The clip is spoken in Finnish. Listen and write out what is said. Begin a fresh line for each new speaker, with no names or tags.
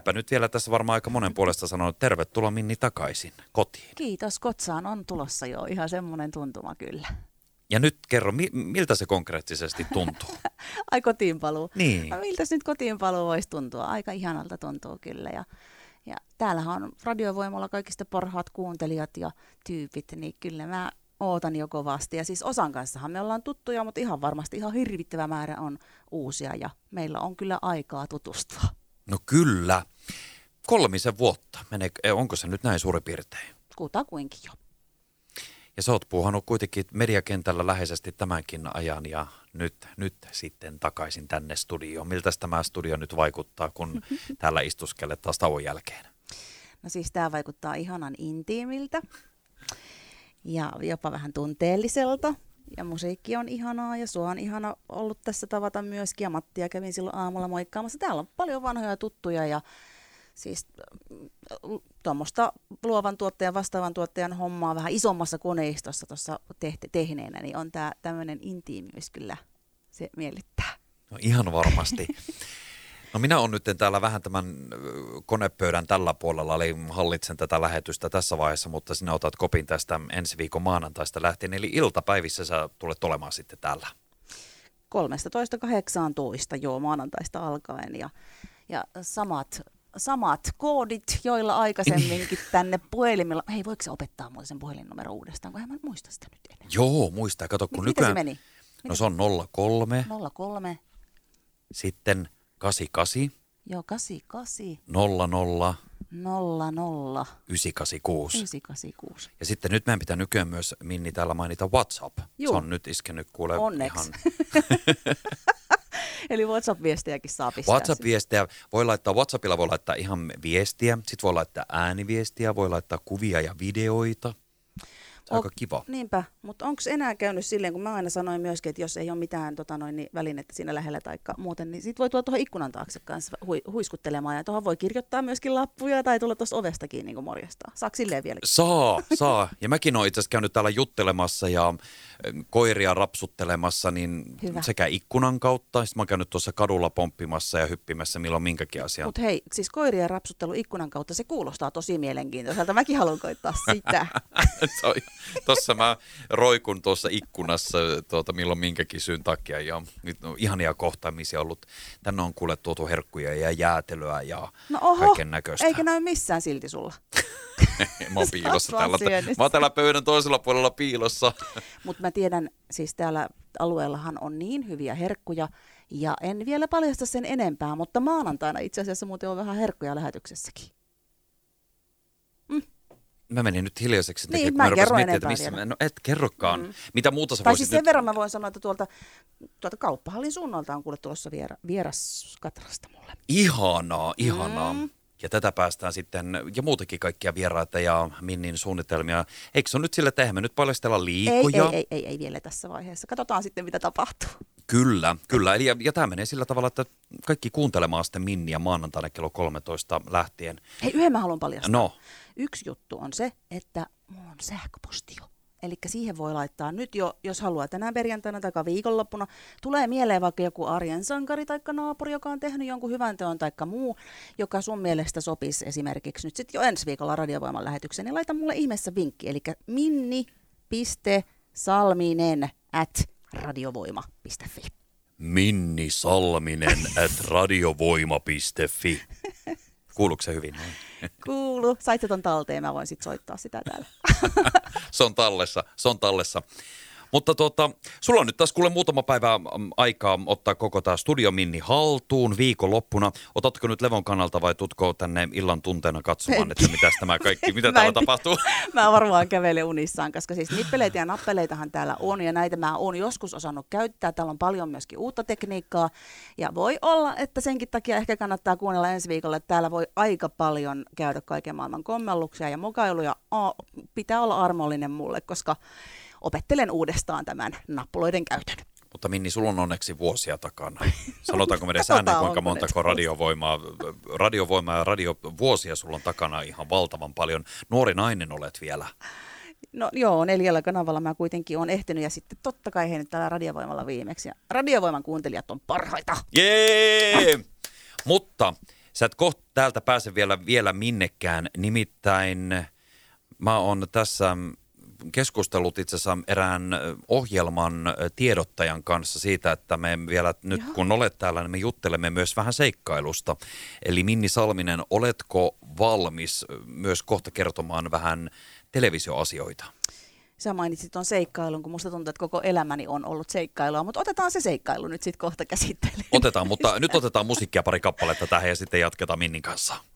Nyt vielä tässä varmaan aika monen puolesta sanonut, tervetuloa Minni takaisin kotiin.
Kiitos, Kotsaan on tulossa jo ihan semmoinen tuntuma kyllä.
Ja nyt kerro, miltä se konkreettisesti tuntuu?
Ai kotiinpaluu.
Niin.
No, miltä nyt kotiinpaluu voisi tuntua? Aika ihanalta tuntuu kyllä. Ja täällähän on Radiovoimalla kaikista parhaat kuuntelijat ja tyypit, niin kyllä mä ootan jo kovasti. Ja siis osan kanssahan me ollaan tuttuja, mutta ihan varmasti ihan hirvittävä määrä on uusia ja meillä on kyllä aikaa tutustua.
No kyllä. 3 vuotta. Onko se nyt näin suurin piirtein?
Kutakuinkin jo.
Ja sä oot puuhannut kuitenkin mediakentällä läheisesti tämänkin ajan ja nyt sitten takaisin tänne studioon. Miltäs tämä studio nyt vaikuttaa, kun täällä istuskelet taas tauon jälkeen?
No siis tää vaikuttaa ihanan intiimiltä ja jopa vähän tunteelliselta. Ja musiikki on ihanaa ja sua on ihana ollut tässä tavata myöskin. Ja Mattia kävin silloin aamulla moikkaamassa. Täällä on paljon vanhoja tuttuja ja siis tuommoista luovan tuottajan, vastaavan tuottajan hommaa vähän isommassa koneistossa tuossa tehneenä, niin on tämä tämmöinen intiimiys kyllä, se miellyttää.
No ihan varmasti. No minä olen nyt täällä vähän tämän konepöydän tällä puolella, eli hallitsen tätä lähetystä tässä vaiheessa, mutta sinä otat kopin tästä ensi viikon maanantaista lähtien, eli iltapäivissä sä tulet olemaan sitten täällä.
13.18, joo, maanantaista alkaen ja samat koodit, joilla aikaisemminkin tänne puhelimilla. Hei, voiko se opettaa mulle sen puhelinnumero uudestaan, kun en mä muista sitä nyt enää.
Joo, muista. Kato, kun
Mitä se meni?
No se on 03.
03.
Sitten 88.
Joo, 88.
00.
00.
986.
986.
Ja sitten nyt meidän pitää nykyään myös, Minni, täällä mainita WhatsApp.
Juu.
Se on nyt iskenyt kuule
Onneksi.
ihan...
Eli WhatsApp-viestejäkin saa pistää.
WhatsApp-viestejä WhatsAppilla voi laittaa ihan viestiä, sitten voi laittaa ääniviestiä, voi laittaa kuvia ja videoita. Se on aika kiva.
Niinpä, mutta onko enää käynyt silleen, kun mä aina sanoin myöskin, että jos ei ole mitään välinettä siinä lähellä tai muuten, niin sit voi tulla tuohon ikkunan taakse kanssa huiskuttelemaan ja tuohon voi kirjoittaa myöskin lappuja tai tulla tuossa ovestakin niin kuin morjastaa. Saako silleen vieläkin?
Saa. Ja mäkin olen itse asiassa käynyt täällä juttelemassa ja koiria rapsuttelemassa niin sekä ikkunan kautta. Sitten mä oon käynyt tuossa kadulla pomppimassa ja hyppimässä milloin minkäkin asian.
Mutta hei, siis koirien rapsuttelu ikkunan kautta, se kuulostaa tosi mielenkiintoiselta. Mäkin haluan koittaa sitä.
Tuossa mä roikun tuossa ikkunassa milloin minkäkin syyn takia ja nyt on ihania kohtaamisia ollut. Tänne on kuule tuotu herkkuja ja jäätelöä ja kaiken näköistä.
Eikä näy missään silti sulla.
Mä oon piilossa täällä. Mä oon täällä pöydän toisella puolella piilossa.
Mutta mä tiedän, siis täällä alueellahan on niin hyviä herkkuja ja en vielä paljasta sen enempää, mutta maanantaina itse asiassa muuten on vähän herkkuja lähetyksessäkin.
Mä menin nyt hiljaiseksi.
Niin, mä en kerro enempää
vielä. No et kerrokaan. Mitä muuta sä
tai
voisit
siis sen verran mä voin sanoa, että tuolta kauppahallin suunnalta on kuule tulossa vieras Katrasta mulle.
Ihanaa. Ja tätä päästään sitten, ja muutenkin kaikkia vieraita ja Minnin suunnitelmia. Eikö se ole nyt sillä, että eihän me nyt paljastella liikoja?
Ei vielä tässä vaiheessa. Katsotaan sitten, mitä tapahtuu.
Kyllä. Eli, ja tämä menee sillä tavalla, että kaikki kuuntelemaan sitten Minniä maanantaina kello 13 lähtien.
Hei, yhden mä haluan paljastaa.
No.
Yksi juttu on se, että mulla on sähköposti jo. Eli siihen voi laittaa nyt jo, jos haluaa tänään perjantaina tai viikonloppuna. Tulee mieleen vaikka joku arjen sankari tai naapuri, joka on tehnyt jonkun hyvän teon tai muu, joka sun mielestä sopisi esimerkiksi nyt sitten jo ensi viikolla Radiovoiman lähetykseen, niin laita mulle ihmeessä vinkki. Eli minni.salminen@radiovoima.fi.
Minni Salminen@radiovoima.fi. Kuuluuko se hyvin?
Kuuluu. Sait sä ton talteen, mä voin sit soittaa sitä täällä.
Se on tallessa. Mutta sulla on nyt taas kuule muutama päivä aikaa ottaa koko tämä Studio Minni haltuun viikonloppuna. Otatko nyt levon kannalta vai tutko tänne illan tunteena katsomaan, että mitä täällä tapahtuu?
Mä varmaan kävelen unissaan, koska siis nippeleitä ja nappeleitahan täällä on ja näitä mä oon joskus osannut käyttää. Täällä on paljon myöskin uutta tekniikkaa ja voi olla, että senkin takia ehkä kannattaa kuunnella ensi viikolla, että täällä voi aika paljon käydä kaiken maailman kommelluksia ja mokailuja. Pitää olla armollinen mulle, koska opettelen uudestaan tämän nappuloiden käytön.
Mutta Minni, sulla on onneksi vuosia takana. Sanotaanko me edes ääneen, kuinka montako radiovoimaa ja radiovuosia sulla on takana ihan valtavan paljon. Nuori nainen olet vielä.
No joo, 4 kanavalla mä kuitenkin olen ehtinyt ja sitten totta kai he nyt täällä Radiovoimalla viimeksi. Ja Radiovoiman kuuntelijat on parhaita.
Jee! Mutta Sä et kohta täältä pääse vielä minnekään, nimittäin mä oon tässä keskustellut itse asiassa erään ohjelman tiedottajan kanssa siitä, että me vielä nyt kun olet täällä, niin me juttelemme myös vähän seikkailusta. Eli Minni Salminen, oletko valmis myös kohta kertomaan vähän televisioasioita?
Sä mainitsit tuon seikkailun, kun musta tuntuu, että koko elämäni on ollut seikkailua, mutta otetaan se seikkailu nyt sitten kohta käsittelyyn.
Otetaan, mutta nyt otetaan musiikkia pari kappaletta tähän ja sitten jatketaan Minnin kanssa.